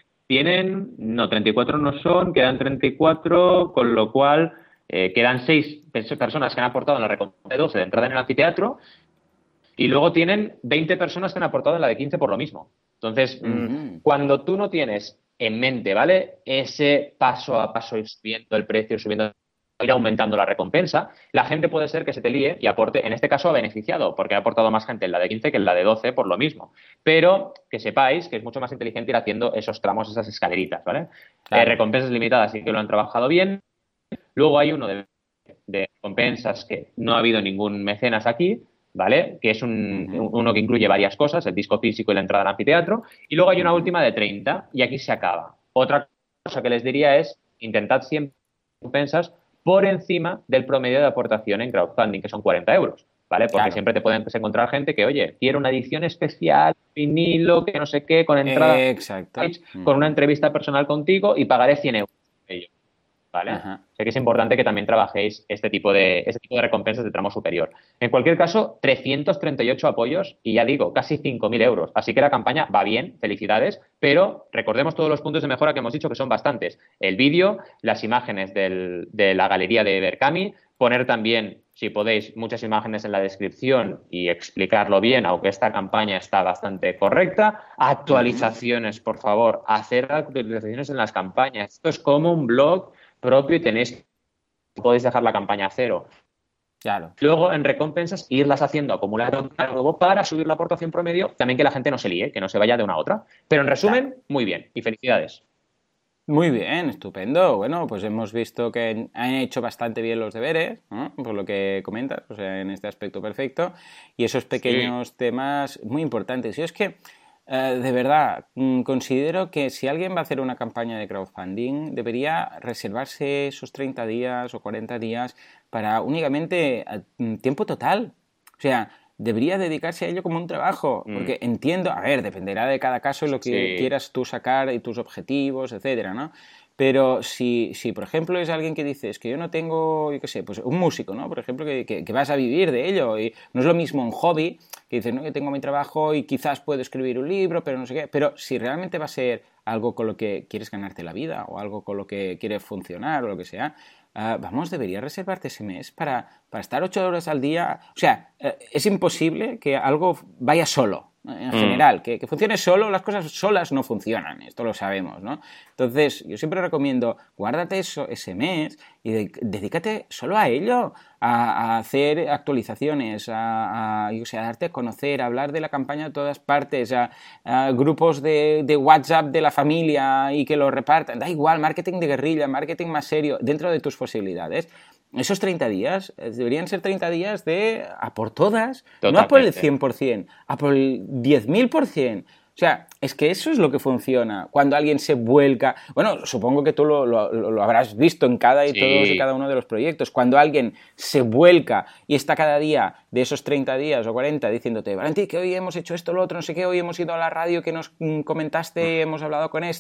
34 no son, quedan 34, con lo cual quedan 6 personas que han aportado en la recompensa de 12 de entrada en el anfiteatro. Y luego tienen 20 personas que han aportado en la de 15 por lo mismo. Entonces, cuando tú no tienes en mente, ¿vale? Ese paso a paso ir subiendo el precio, ir aumentando la recompensa, la gente puede ser que se te líe y aporte, en este caso ha beneficiado, porque ha aportado más gente en la de 15 que en la de 12 por lo mismo. Pero que sepáis que es mucho más inteligente ir haciendo esos tramos, esas escaleritas, ¿vale? Claro. Recompensas limitadas sí que lo han trabajado bien. Luego hay uno de recompensas que no ha habido ningún mecenas aquí, ¿vale? Que es uno que incluye varias cosas, el disco físico y la entrada al anfiteatro. Y luego hay una última de 30 y aquí se acaba. Otra cosa que les diría es intentad siempre recompensas por encima del promedio de aportación en crowdfunding, que son 40 euros, ¿vale? Porque claro, siempre te pueden encontrar gente que, oye, quiero una edición especial, vinilo, que no sé qué, con entrada, exacto, con una entrevista personal contigo y pagaré 100 euros. ¿Vale? Sé que es importante que también trabajéis este tipo de recompensas de tramo superior. En cualquier caso, 338 apoyos y ya digo, casi 5.000 euros. Así que la campaña va bien, felicidades, pero recordemos todos los puntos de mejora que hemos dicho que son bastantes. El vídeo, las imágenes de la galería de Berkami, poner también, si podéis, muchas imágenes en la descripción y explicarlo bien, aunque esta campaña está bastante correcta. Actualizaciones, por favor, hacer actualizaciones en las campañas. Esto es como un blog propio y podéis dejar la campaña a cero. Claro. Luego, en recompensas, irlas haciendo acumular nuevo para subir la aportación promedio, también que la gente no se líe, que no se vaya de una a otra. Pero en resumen, claro, muy bien y felicidades. Muy bien, estupendo. Bueno, pues hemos visto que han hecho bastante bien los deberes, ¿no? Por lo que comentas, o sea, en este aspecto perfecto. Y esos pequeños temas muy importantes. Y es que de verdad, considero que si alguien va a hacer una campaña de crowdfunding, debería reservarse esos 30 días o 40 días para únicamente tiempo total. O sea, debería dedicarse a ello como un trabajo, porque entiendo, a ver, dependerá de cada caso y lo que quieras tú sacar y tus objetivos, etcétera, ¿no? Pero si, por ejemplo, es alguien que dice, es que yo no tengo, yo qué sé, pues un músico, ¿no? Por ejemplo, que vas a vivir de ello. Y no es lo mismo un hobby, que dices, no, yo tengo mi trabajo y quizás puedo escribir un libro, pero no sé qué. Pero si realmente va a ser algo con lo que quieres ganarte la vida o algo con lo que quieres funcionar o lo que sea, deberías reservarte ese mes para estar 8 horas al día. O sea, es imposible que algo vaya solo. En general, que funcione solo, las cosas solas no funcionan, esto lo sabemos, ¿no? Entonces, yo siempre recomiendo, guárdate ese mes y dedícate solo a ello, a hacer actualizaciones, a darte a conocer, a hablar de la campaña de todas partes, a grupos de WhatsApp de la familia y que lo repartan, da igual, marketing de guerrilla, marketing más serio, dentro de tus posibilidades. Esos 30 días deberían ser 30 días de a por todas, totalmente. No a por el 100%, a por el 10.000%. O sea, es que eso es lo que funciona. Cuando alguien se vuelca... Bueno, supongo que tú lo habrás visto en todos y cada uno de los proyectos. Cuando alguien se vuelca y está cada día de esos 30 días o 40 diciéndote, Valentí, que hoy hemos hecho esto, lo otro, no sé qué, hoy hemos ido a la radio que nos comentaste, hemos hablado con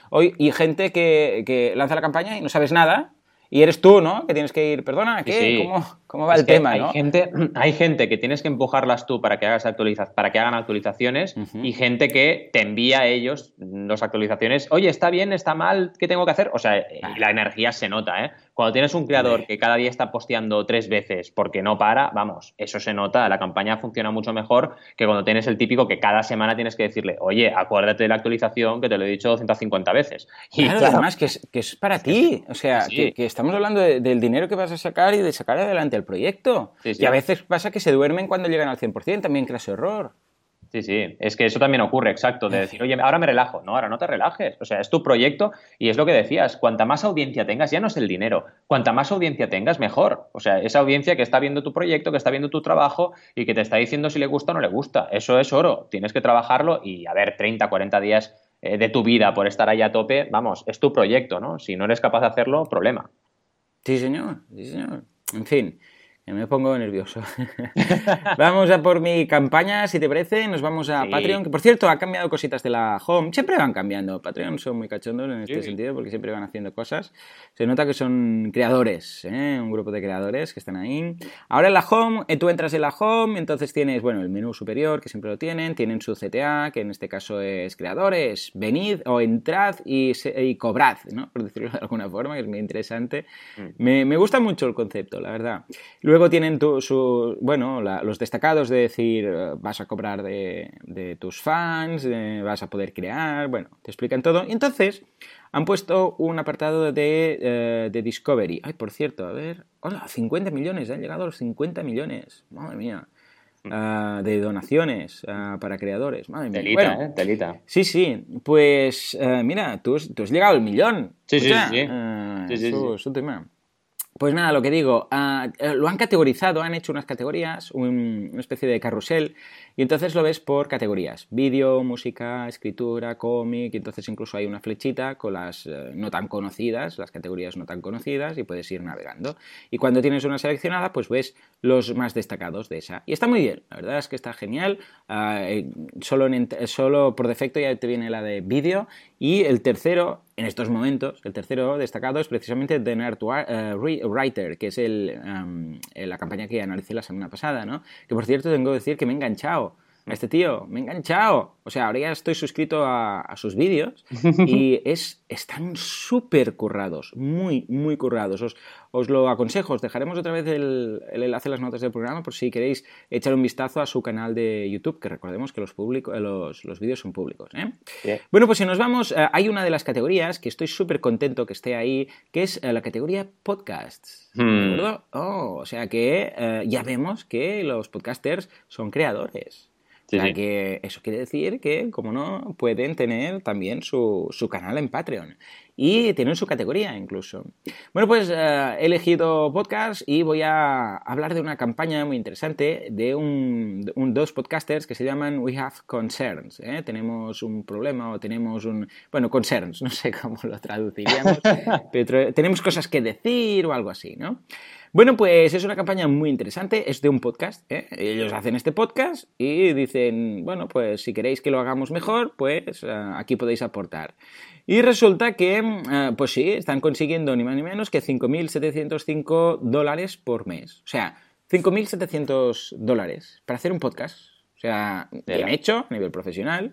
y gente que lanza la campaña y no sabes nada. Y eres tú, ¿no? Que tienes que ir, perdona, ¿qué? Sí. ¿Cómo va el tema, no? Hay gente que tienes que empujarlas tú para que hagan actualizaciones y gente que te envía a ellos las actualizaciones. Oye, ¿está bien? ¿Está mal? ¿Qué tengo que hacer? O sea, la energía se nota, ¿eh? Cuando tienes un creador que cada día está posteando 3 veces porque no para, vamos, eso se nota. La campaña funciona mucho mejor que cuando tienes el típico que cada semana tienes que decirle, oye, acuérdate de la actualización que te lo he dicho 250 veces. Y claro, además que es para ti. O sea, que estamos hablando del dinero que vas a sacar y de sacar adelante el proyecto. Sí. Y a veces pasa que se duermen cuando llegan al 100%, también craso error. Sí, es que eso también ocurre, exacto, de decir, oye, ahora me relajo. No, ahora no te relajes. O sea, es tu proyecto y es lo que decías, cuanta más audiencia tengas, ya no es el dinero, cuanta más audiencia tengas, mejor. O sea, esa audiencia que está viendo tu proyecto, que está viendo tu trabajo y que te está diciendo si le gusta o no le gusta. Eso es oro, tienes que trabajarlo y, a ver, 30, 40 días de tu vida por estar ahí a tope, vamos, es tu proyecto, ¿no? Si no eres capaz de hacerlo, problema. Sí, señor. En fin, me pongo nervioso. Vamos a por mi campaña, si te parece. Nos vamos a Patreon, que por cierto ha cambiado cositas de la home. Siempre van cambiando. Patreon son muy cachondos en este sentido porque siempre van haciendo cosas. Se nota que son creadores, un grupo de creadores que están ahí. Ahora en la home, tú entras en la home, entonces tienes, el menú superior, que siempre lo tienen su CTA, que en este caso es creadores, venid o entrad y cobrad, ¿no? Por decirlo de alguna forma, que es muy interesante. Me gusta mucho el concepto, la verdad. Luego tienen los destacados de decir, vas a cobrar de tus fans, vas a poder crear, te explican todo. Y entonces han puesto un apartado de Discovery. Ay, por cierto, a ver, hola, 50 millones, han llegado a los 50 millones, madre mía. De donaciones para creadores, madre mía. Telita. Sí, pues mira, tú has llegado al 1.000.000. Sí. Es un tema. Pues nada, lo que digo, lo han categorizado, han hecho unas categorías, una especie de carrusel, y entonces lo ves por categorías: vídeo, música, escritura, cómic, y entonces incluso hay una flechita con las no tan conocidas, las categorías no tan conocidas, y puedes ir navegando. Y cuando tienes una seleccionada, pues ves los más destacados de esa. Y está muy bien, la verdad es que está genial. Solo por defecto ya te viene la de vídeo, y el tercero, en estos momentos, el tercero destacado es precisamente The Nerd Writer, que es la campaña que analicé la semana pasada, ¿no? Que por cierto tengo que decir que me he enganchado a este tío, me he enganchado. O sea, ahora ya estoy suscrito a sus vídeos y están súper currados, muy, muy currados. Os lo aconsejo, os dejaremos otra vez el enlace en las notas del programa por si queréis echar un vistazo a su canal de YouTube, que recordemos que los vídeos son públicos, ¿eh? Yeah. Bueno, pues si nos vamos, hay una de las categorías que estoy súper contento que esté ahí, que es la categoría podcasts. ¿De acuerdo? O sea que ya vemos que los podcasters son creadores. O sea, que eso quiere decir que, como no, pueden tener también su canal en Patreon. Y tienen su categoría incluso. Bueno, pues he elegido podcast y voy a hablar de una campaña muy interesante de dos podcasters que se llaman We Have Concerns. Tenemos un problema o tenemos concerns, no sé cómo lo traduciríamos, pero tenemos cosas que decir o algo así, ¿no? Bueno, pues es una campaña muy interesante, es de un podcast, ¿eh? Ellos hacen este podcast y dicen, bueno, pues si queréis que lo hagamos mejor, pues aquí podéis aportar. Y resulta que, pues sí, están consiguiendo ni más ni menos que $5.705 por mes. O sea, $5.700 para hacer un podcast. O sea, bien hecho, a nivel profesional.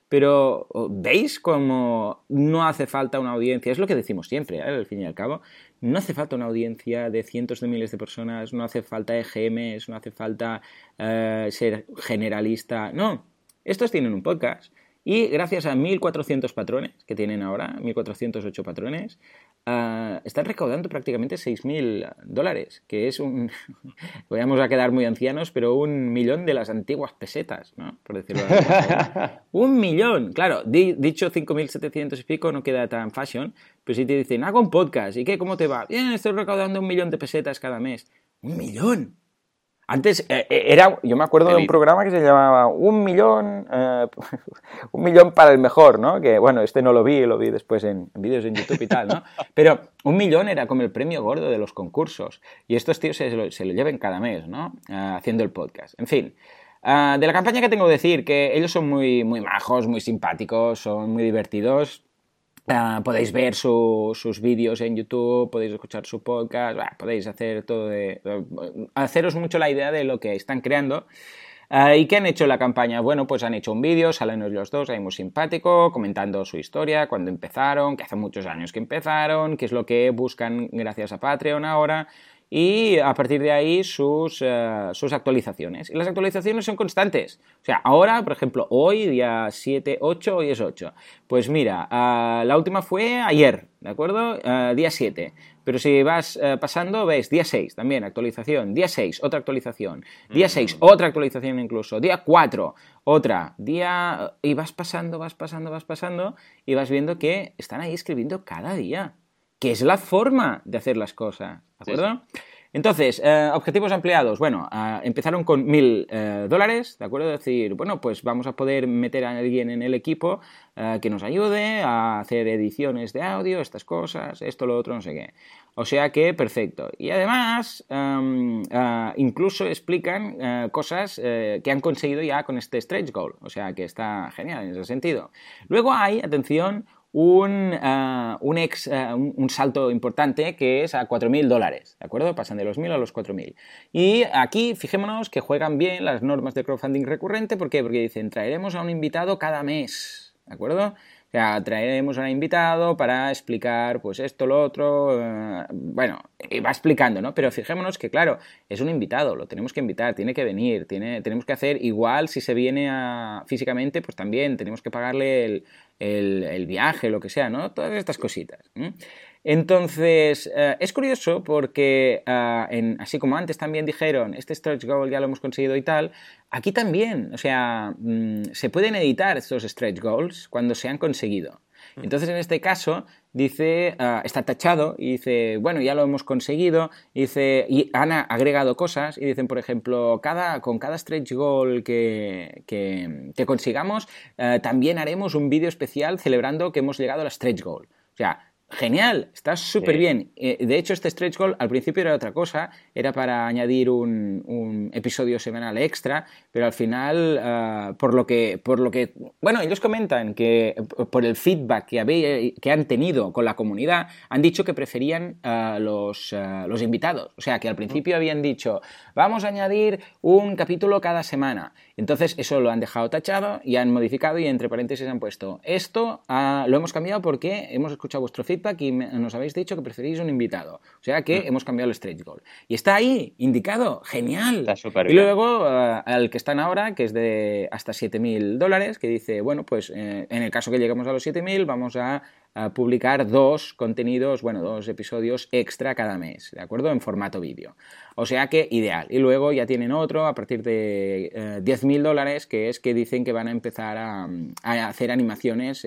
Pero ¿veis cómo no hace falta una audiencia? Es lo que decimos siempre, al fin y al cabo. No hace falta una audiencia de cientos de miles de personas, no hace falta EGMs, no hace falta ser generalista. No, estos tienen un podcast y gracias a 1.400 patrones que tienen ahora, 1.408 patrones, están recaudando prácticamente $6.000, que es vamos a quedar muy ancianos, pero 1.000.000 de las antiguas pesetas, ¿no? Por decirlo de alguna manera. 1.000.000, claro, dicho 5.700 y pico no queda tan fashion, pero si te dicen, hago un podcast, ¿y qué? ¿Cómo te va? Bien, estoy recaudando 1.000.000 de pesetas cada mes. ¡1.000.000! Antes yo me acuerdo de un programa que se llamaba 1.000.000, 1.000.000 para el mejor, ¿no? Que bueno, no lo vi después en vídeos en YouTube y tal, ¿no? Pero 1.000.000 era como el premio gordo de los concursos. Y estos tíos se lo lleven cada mes, ¿no? Haciendo el podcast. En fin. De la campaña que tengo que decir, que ellos son muy, muy majos, muy simpáticos, son muy divertidos. Podéis ver sus vídeos en YouTube, podéis escuchar su podcast, podéis hacer todo haceros mucho la idea de lo que están creando. ¿Y qué han hecho en la campaña? Bueno, pues han hecho un vídeo, salen los dos ahí muy simpático, comentando su historia, cuando empezaron, que hace muchos años que empezaron, qué es lo que buscan gracias a Patreon ahora. Y a partir de ahí sus actualizaciones. Y las actualizaciones son constantes. O sea, ahora, por ejemplo, hoy, día 7, 8, hoy es 8. Pues mira, la última fue ayer, ¿de acuerdo? Día 7. Pero si vas pasando, ves, día 6 también, actualización. Día 6, otra actualización. Día 6, otra actualización incluso. Día 4, otra. Y vas pasando, y vas viendo que están ahí escribiendo cada día. Que es la forma de hacer las cosas, ¿de acuerdo? Sí. Entonces, objetivos ampliados. Bueno, empezaron con $1.000, ¿de acuerdo? Es decir, bueno, pues vamos a poder meter a alguien en el equipo que nos ayude a hacer ediciones de audio, estas cosas, esto, lo otro, no sé qué. O sea que, perfecto. Y además, incluso explican cosas que han conseguido ya con este stretch goal. O sea que está genial en ese sentido. Luego hay, atención, un salto importante que es a $4.000, ¿de acuerdo? Pasan de los 1.000 a los 4.000. Y aquí fijémonos que juegan bien las normas de crowdfunding recurrente. ¿Por qué? Porque dicen, traeremos a un invitado cada mes, ¿de acuerdo? O sea, traeremos a un invitado para explicar pues esto, lo otro, bueno, va explicando, ¿no? Pero fijémonos que, claro, es un invitado, lo tenemos que invitar, tiene que venir, tenemos que hacer igual si se viene físicamente, pues también tenemos que pagarle el viaje, lo que sea, ¿no? Todas estas cositas. Entonces, es curioso porque así como antes también dijeron, este stretch goal ya lo hemos conseguido y tal, aquí también, o sea, se pueden editar estos stretch goals cuando se han conseguido. Entonces, en este caso, dice, está tachado y dice, bueno, ya lo hemos conseguido, y han agregado cosas y dicen, por ejemplo, con cada stretch goal que consigamos, también haremos un vídeo especial celebrando que hemos llegado a la stretch goal. O sea, genial, está súper bien. De hecho, este stretch goal al principio era otra cosa, era para añadir un episodio semanal extra, pero al final, por lo que, bueno, ellos comentan que por el feedback que han tenido con la comunidad, han dicho que preferían los invitados. O sea, que al principio habían dicho, vamos a añadir un capítulo cada semana. Entonces, eso lo han dejado tachado y han modificado y entre paréntesis han puesto, esto lo hemos cambiado porque hemos escuchado vuestro feedback y nos habéis dicho que preferís un invitado. O sea que hemos cambiado el stretch goal. Y está ahí, indicado. Genial. Está súper bien. Y luego, al que están ahora, que es de hasta $7.000, que dice, bueno, pues en el caso que lleguemos a los 7.000, vamos a publicar dos episodios extra cada mes, ¿de acuerdo? En formato vídeo. O sea que ideal. Y luego ya tienen otro a partir de $10.000, que es que dicen que van a empezar a hacer animaciones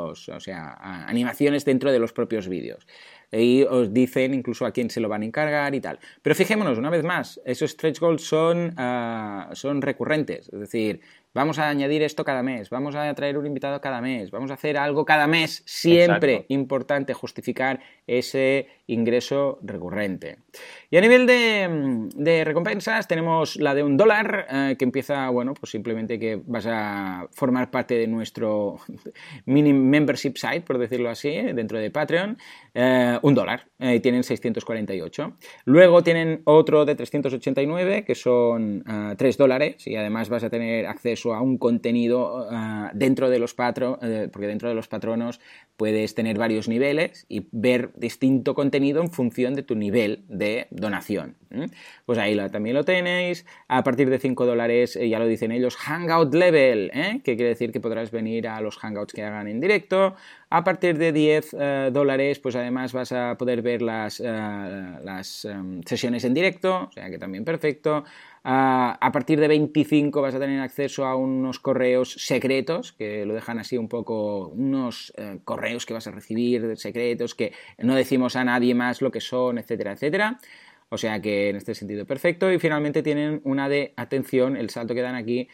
animaciones dentro de los propios vídeos. Y os dicen incluso a quién se lo van a encargar y tal. Pero fijémonos, una vez más, esos stretch goals son recurrentes. Es decir, vamos a añadir esto cada mes, vamos a traer un invitado cada mes, vamos a hacer algo cada mes. Siempre Exacto. Importante justificar ese ingreso recurrente. Y a nivel de recompensas tenemos la de $1, que empieza, bueno, pues simplemente que vas a formar parte de nuestro mini membership site, por decirlo así, dentro de Patreon. $1, tienen 648. Luego tienen otro de 389, que son $3, y además vas a tener acceso acceso a un contenido dentro de los porque dentro de los patronos puedes tener varios niveles y ver distinto contenido en función de tu nivel de donación. Pues ahí también lo tenéis. A partir de $5, ya lo dicen ellos, Hangout Level, que quiere decir que podrás venir a los Hangouts que hagan en directo. A partir de $10, pues además vas a poder ver las sesiones en directo, o sea que también perfecto. A partir de 25 vas a tener acceso a unos correos secretos, que lo dejan así un poco, unos correos que vas a recibir secretos, que no decimos a nadie más lo que son, etcétera, etcétera. O sea que en este sentido perfecto. Y finalmente tienen una de, atención, el salto que dan aquí,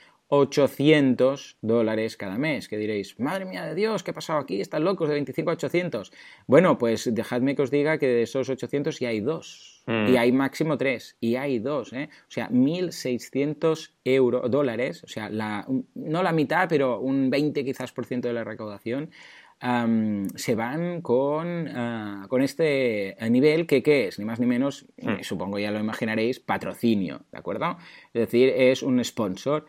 $800 cada mes, que diréis, madre mía de Dios, ¿qué ha pasado aquí? Están locos, de 25 a 800. Bueno, pues dejadme que os diga que de esos 800 ya hay 2, y hay máximo 3, y hay 2, o sea, $1.600, o sea, no la mitad, pero un 20 quizás por ciento de la recaudación, se van con este nivel que, ¿qué es? Ni más ni menos, supongo ya lo imaginaréis, patrocinio, ¿de acuerdo? Es decir, es un sponsor.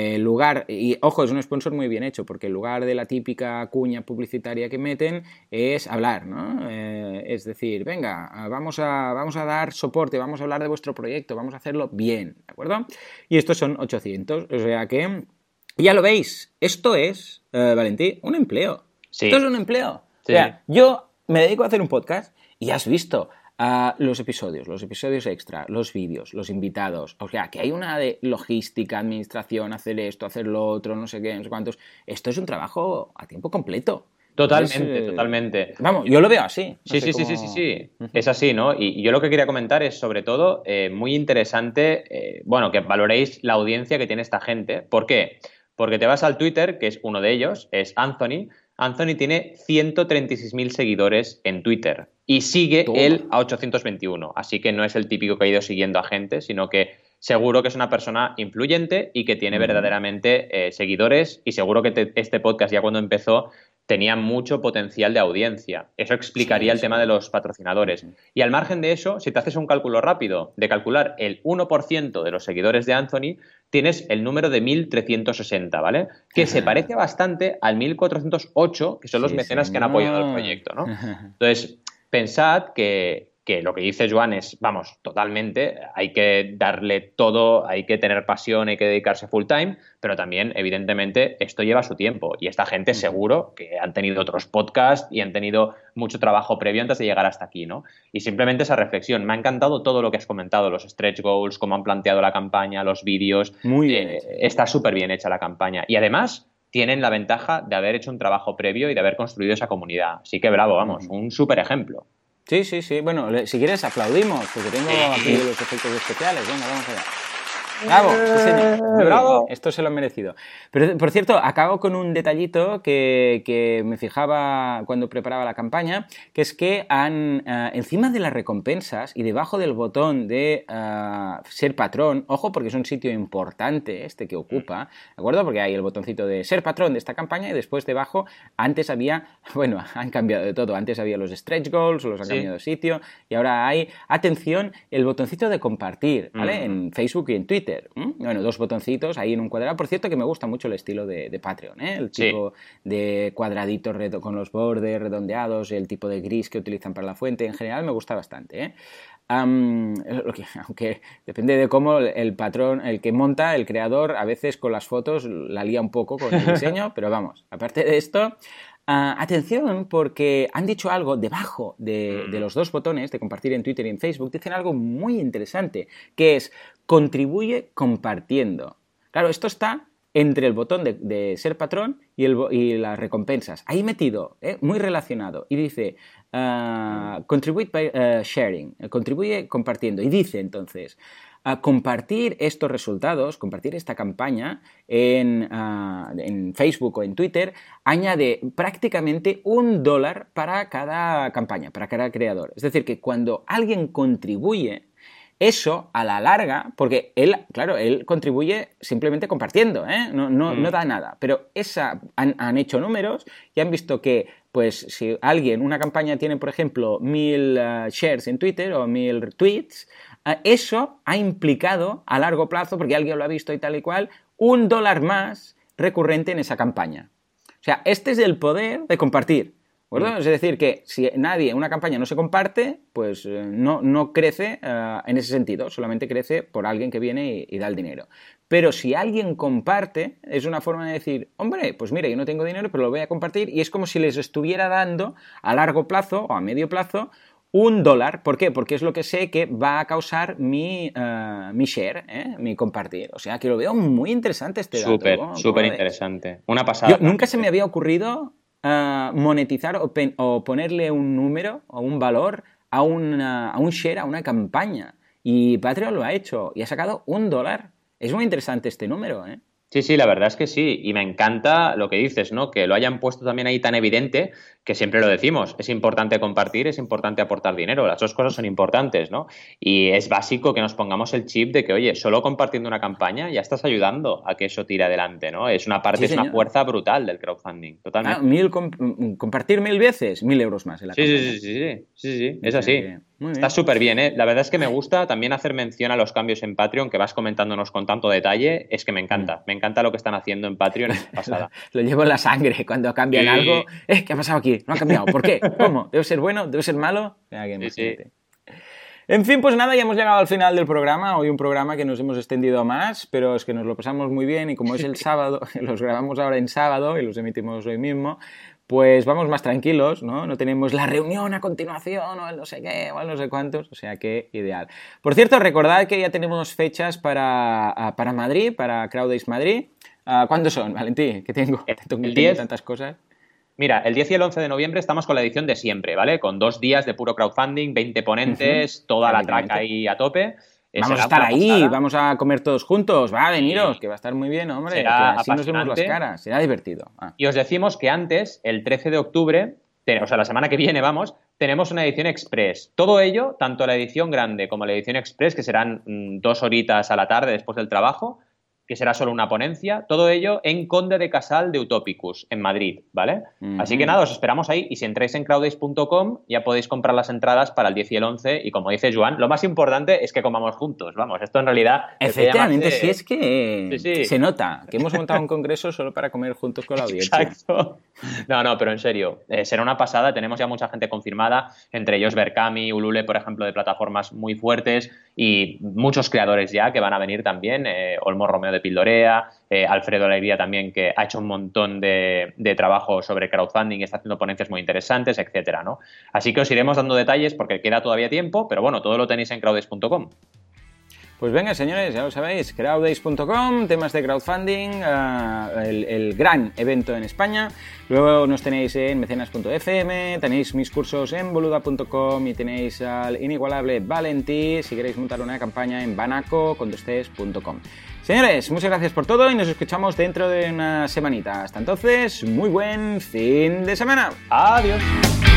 Y ojo, es un sponsor muy bien hecho, porque en lugar de la típica cuña publicitaria que meten es hablar, ¿no? Es decir, venga, vamos a dar soporte, vamos a hablar de vuestro proyecto, vamos a hacerlo bien, ¿de acuerdo? Y estos son 800, o sea que ya lo veis, esto es, Valentí, un empleo. Sí. Esto es un empleo. Sí. O sea, yo me dedico a hacer un podcast y has visto los episodios extra, los vídeos, los invitados. O sea, que hay una de logística, administración, hacer esto, hacer lo otro, no sé qué, no sé cuántos. Esto es un trabajo a tiempo completo. Totalmente, totalmente. Vamos, yo lo veo así. Sí. Es así, ¿no? Y yo lo que quería comentar es, sobre todo, muy interesante, que valoréis la audiencia que tiene esta gente. ¿Por qué? Porque te vas al Twitter, que es uno de ellos, es Anthony. Anthony tiene 136.000 seguidores en Twitter y sigue él a 821. Así que no es el típico que ha ido siguiendo a gente, sino que seguro que es una persona influyente y que tiene verdaderamente seguidores, y seguro que este podcast ya cuando empezó tenía mucho potencial de audiencia. Eso explicaría el tema de los patrocinadores. Y al margen de eso, si te haces un cálculo rápido de calcular el 1% de los seguidores de Anthony, tienes el número de 1.360, ¿vale? Que se parece bastante al 1.408, que son los mecenas que han apoyado el proyecto, ¿no? Entonces, pensad que lo que dice Joan es, vamos, totalmente, hay que darle todo, hay que tener pasión, hay que dedicarse full time, pero también, evidentemente, esto lleva su tiempo, y esta gente seguro que han tenido otros podcasts y han tenido mucho trabajo previo antes de llegar hasta aquí, ¿no? Y simplemente esa reflexión. Me ha encantado todo lo que has comentado, los stretch goals, cómo han planteado la campaña, los vídeos. Muy bien. Está súper bien hecha la campaña. Y además tienen la ventaja de haber hecho un trabajo previo y de haber construido esa comunidad. Así que bravo, vamos, un súper ejemplo. Sí. Bueno, si quieres aplaudimos, porque tengo aquí los efectos especiales. Venga, vamos allá. ¡Bravo! Sí, señor. ¡Bravo! Esto se lo han merecido. Pero, por cierto, acabo con un detallito que me fijaba cuando preparaba la campaña, que es que han, encima de las recompensas y debajo del botón de ser patrón, ojo, porque es un sitio importante este que ocupa, ¿de acuerdo? Porque hay el botoncito de ser patrón de esta campaña y después debajo, antes había, bueno, han cambiado de todo. Antes había los stretch goals, los han cambiado de sitio, y ahora hay, atención, el botoncito de compartir, ¿vale? En Facebook y en Twitter. Bueno, 2 botoncitos ahí en un cuadrado. Por cierto, que me gusta mucho el estilo de Patreon, el tipo de cuadraditos con los bordes redondeados, el tipo de gris que utilizan para la fuente. En general me gusta bastante, aunque depende de cómo el patrón, el que monta, el creador, a veces con las fotos la lía un poco con el diseño, pero vamos, aparte de esto, atención, porque han dicho algo debajo de los 2 botones de compartir en Twitter y en Facebook, dicen algo muy interesante, que es contribuye compartiendo. Claro, esto está entre el botón de ser patrón y las recompensas. Ahí metido, muy relacionado. Y dice, contribute by sharing, contribuye compartiendo. Y dice entonces, compartir estos resultados, compartir esta campaña en Facebook o en Twitter, añade prácticamente $1 para cada campaña, para cada creador. Es decir, que cuando alguien contribuye, eso, a la larga, porque él contribuye simplemente compartiendo, no da nada, pero han hecho números y han visto que, pues, si una campaña tiene, por ejemplo, 1.000 shares en Twitter o 1.000 tweets, eso ha implicado a largo plazo, porque alguien lo ha visto y tal y cual, $1 más recurrente en esa campaña. O sea, este es el poder de compartir. ¿Verdad? Es decir, que si una campaña no se comparte, pues no crece en ese sentido, solamente crece por alguien que viene y da el dinero. Pero si alguien comparte, es una forma de decir, hombre, pues mira, yo no tengo dinero, pero lo voy a compartir, y es como si les estuviera dando a largo plazo o a medio plazo $1. ¿Por qué? Porque es lo que sé que va a causar mi share, mi compartir. O sea, que lo veo muy interesante este dato. Súper interesante. Una pasada. Nunca se me había ocurrido monetizar o ponerle un número o un valor a un share, a una campaña. Y Patreon lo ha hecho y ha sacado $1. Es muy interesante este número, ¿eh? Sí, la verdad es que sí, y me encanta lo que dices, ¿no? Que lo hayan puesto también ahí tan evidente, que siempre lo decimos, es importante compartir, es importante aportar dinero, las dos cosas son importantes, ¿no? Y es básico que nos pongamos el chip de que, oye, solo compartiendo una campaña ya estás ayudando a que eso tire adelante, ¿no? Es una parte, es una fuerza brutal del crowdfunding, totalmente. Compartir 1000 veces, 1000 euros más en la campaña. Sí, es así. Está súper bien, ¿eh? La verdad es que me gusta también hacer mención a los cambios en Patreon que vas comentándonos con tanto detalle. Es que me encanta lo que están haciendo en Patreon. Es pasada. Lo llevo en la sangre cuando cambian algo. ¿Qué ha pasado aquí? No ha cambiado. ¿Por qué? ¿Cómo? ¿Debe ser bueno? ¿Debe ser malo? Sí. En fin, pues nada, ya hemos llegado al final del programa. Hoy un programa que nos hemos extendido más, pero es que nos lo pasamos muy bien y como es el sábado, los grabamos ahora en sábado y los emitimos hoy mismo, pues vamos más tranquilos, ¿no? No tenemos la reunión a continuación o el no sé qué o el no sé cuántos, o sea que ideal. Por cierto, recordad que ya tenemos fechas para Madrid, para CrowdDays Madrid. ¿Cuándo son, Valentí? Que tengo tantas cosas. Mira, el 10 y el 11 de noviembre estamos con la edición de siempre, ¿vale? Con 2 días de puro crowdfunding, 20 ponentes, toda la traca ahí a tope. Vamos a estar ahí, vamos a comer todos juntos, va, veniros, que va a estar muy bien, hombre, que así nos vemos las caras, será divertido. Y os decimos que antes, el 13 de octubre, o sea, la semana que viene, tenemos una edición express. Todo ello, tanto la edición grande como la edición express, que serán 2 horitas a la tarde después del trabajo, que será solo una ponencia, todo ello en Conde de Casal de Utopicus, en Madrid, ¿vale? Así que nada, os esperamos ahí y si entráis en crowddays.com ya podéis comprar las entradas para el 10 y el 11 y como dice Joan, lo más importante es que comamos juntos, vamos, esto en realidad... Efectivamente, sí es que se nota que hemos montado un congreso solo para comer juntos con la audiencia. Exacto. No, pero en serio, será una pasada, tenemos ya mucha gente confirmada, entre ellos Berkami, Ulule, por ejemplo, de plataformas muy fuertes y muchos creadores ya que van a venir también, Olmo Romeo de Pildorea, Alfredo Alegría también, que ha hecho un montón de trabajo sobre crowdfunding y está haciendo ponencias muy interesantes, etcétera, ¿no? Así que os iremos dando detalles porque queda todavía tiempo, pero bueno, todo lo tenéis en crowddays.com. Pues venga, señores, ya lo sabéis, crowddays.com, temas de crowdfunding, el gran evento en España. Luego nos tenéis en mecenas.fm, tenéis mis cursos en boluda.com y tenéis al inigualable Valentí si queréis montar una campaña en banaco.com. Señores, muchas gracias por todo y nos escuchamos dentro de una semanita. Hasta entonces, muy buen fin de semana. Adiós.